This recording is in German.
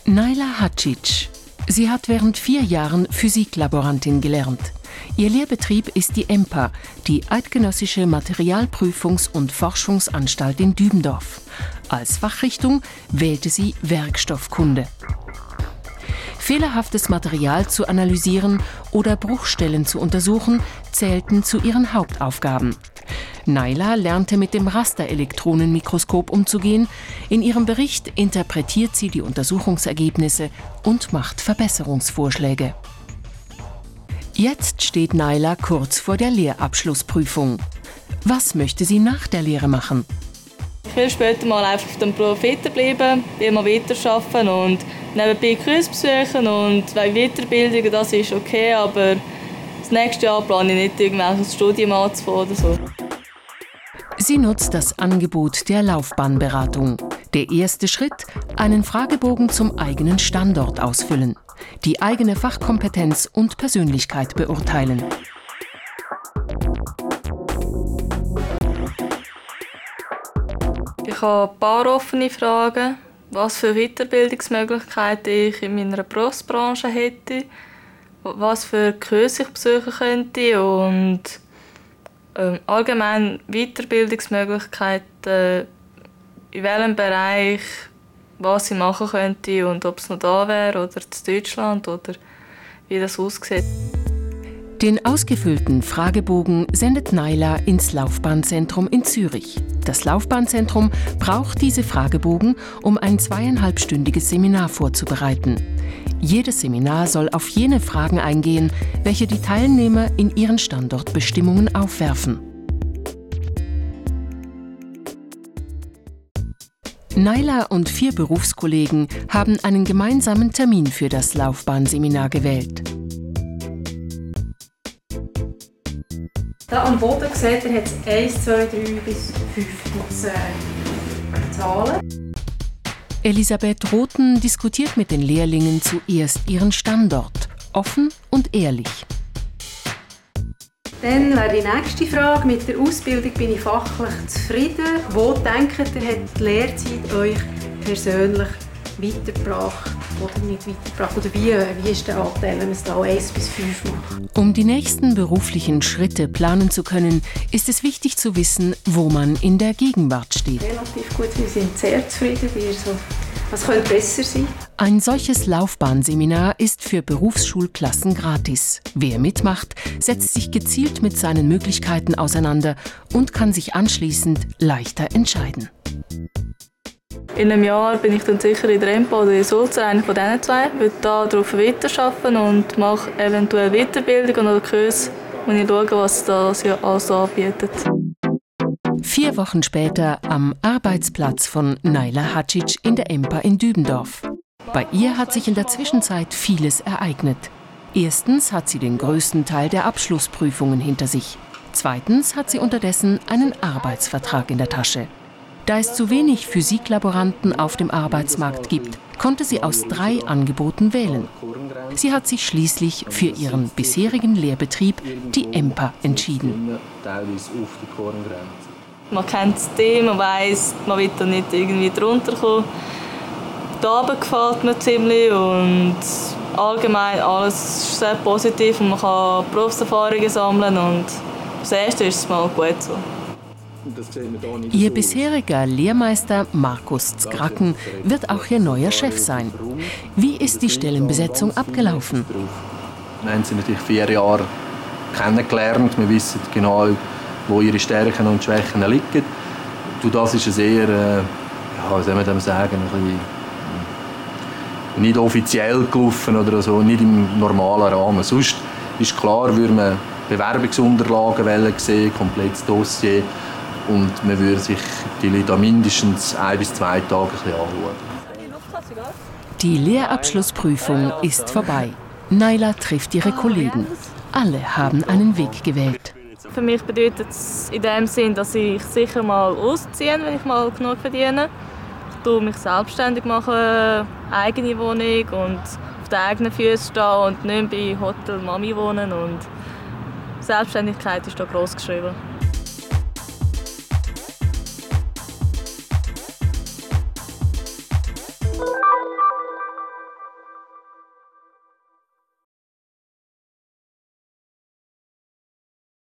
Naila Hacic. Sie hat während 4 Jahren Physiklaborantin gelernt. Ihr Lehrbetrieb ist die EMPA, die Eidgenössische Materialprüfungs- und Forschungsanstalt in Dübendorf. Als Fachrichtung wählte sie Werkstoffkunde. Fehlerhaftes Material zu analysieren oder Bruchstellen zu untersuchen, zählten zu ihren Hauptaufgaben. Naila lernte mit dem Rasterelektronenmikroskop umzugehen. In ihrem Bericht interpretiert sie die Untersuchungsergebnisse und macht Verbesserungsvorschläge. Jetzt steht Naila kurz vor der Lehrabschlussprüfung. Was möchte sie nach der Lehre machen? Ich will später mal einfach auf dem Beruf weiterbleiben, immer weiterarbeiten und nebenbei Kurse besuchen und Weiterbildung, das ist okay, aber das nächste Jahr plane ich nicht, irgendwelches Studium anzufangen oder so. Sie nutzt das Angebot der Laufbahnberatung. Der erste Schritt: einen Fragebogen zum eigenen Standort ausfüllen, die eigene Fachkompetenz und Persönlichkeit beurteilen. Ich habe ein paar offene Fragen, was für Weiterbildungsmöglichkeiten ich in meiner Berufsbranche hätte, was für Kurse ich besuchen könnte und allgemein Weiterbildungsmöglichkeiten, in welchem Bereich was ich machen könnte und ob es noch da wäre oder in Deutschland oder wie das aussieht. Den ausgefüllten Fragebogen sendet Naila ins Laufbahnzentrum in Zürich. Das Laufbahnzentrum braucht diese Fragebogen, um ein 2,5-stündiges Seminar vorzubereiten. Jedes Seminar soll auf jene Fragen eingehen, welche die Teilnehmer in ihren Standortbestimmungen aufwerfen. Naila und 4 Berufskollegen haben einen gemeinsamen Termin für das Laufbahnseminar gewählt. Da am Boden seht ihr, hat es 1, 2, 3 bis 15 Zahlen. Elisabeth Rothen diskutiert mit den Lehrlingen zuerst ihren Standort, offen und ehrlich. Dann wäre die nächste Frage: Mit der Ausbildung bin ich fachlich zufrieden. Wo denkt ihr, hat die Lehrzeit euch persönlich weitergebracht oder nicht weitergebracht? Oder wie ist der Anteil, wenn man es da 1 bis 5 macht? Um die nächsten beruflichen Schritte planen zu können, ist es wichtig zu wissen, wo man in der Gegenwart steht. Relativ gut, wir sind sehr zufrieden. Was könnte besser sein? Ein solches Laufbahnseminar ist für Berufsschulklassen gratis. Wer mitmacht, setzt sich gezielt mit seinen Möglichkeiten auseinander und kann sich anschließend leichter entscheiden. In einem Jahr bin ich dann sicher in der EMPA oder in Sulzer, einer von diesen 2. Ich will darauf weiterarbeiten und mache eventuell Weiterbildung oder Kurse, und ich schaue, was das hier alles anbietet. 4 Wochen später am Arbeitsplatz von Naila Hacic in der EMPA in Dübendorf. Bei ihr hat sich in der Zwischenzeit vieles ereignet. Erstens hat sie den größten Teil der Abschlussprüfungen hinter sich. Zweitens hat sie unterdessen einen Arbeitsvertrag in der Tasche. Da es zu wenig Physiklaboranten auf dem Arbeitsmarkt gibt, konnte sie aus 3 Angeboten wählen. Sie hat sich schließlich für ihren bisherigen Lehrbetrieb, die EMPA, entschieden. Man kennt das Team, man weiss, man will da nicht irgendwie drunter kommen. Die Arbeit gefällt mir ziemlich und allgemein alles sehr positiv und man kann Berufserfahrungen sammeln und das Erste ist es mal gut so. Ihr bisheriger Lehrmeister Markus Zgracken wird auch ihr neuer Chef sein. Wie ist die Stellenbesetzung abgelaufen? Wir haben sie natürlich 4 Jahre kennengelernt. Wir wissen genau, wo ihre Stärken und Schwächen liegen. Das ist es eher, wie soll man sagen, ein bisschen nicht offiziell gelaufen oder so, nicht im normalen Rahmen. Sonst ist klar, würde man Bewerbungsunterlagen sehen, komplettes Dossier, und man würde sich die Leute mindestens 1 bis 2 Tage anschauen. Die Lehrabschlussprüfung ist vorbei. Naila trifft ihre Kollegen. Alle haben einen Weg gewählt. Für mich bedeutet es in dem Sinn, dass ich sicher mal ausziehe, wenn ich mal genug verdiene. Ich mich selbstständig machen, eigene Wohnung und auf den eigenen Füßen stehen und nicht bei Hotel Mami wohnen. Und Selbstständigkeit ist da gross geschrieben.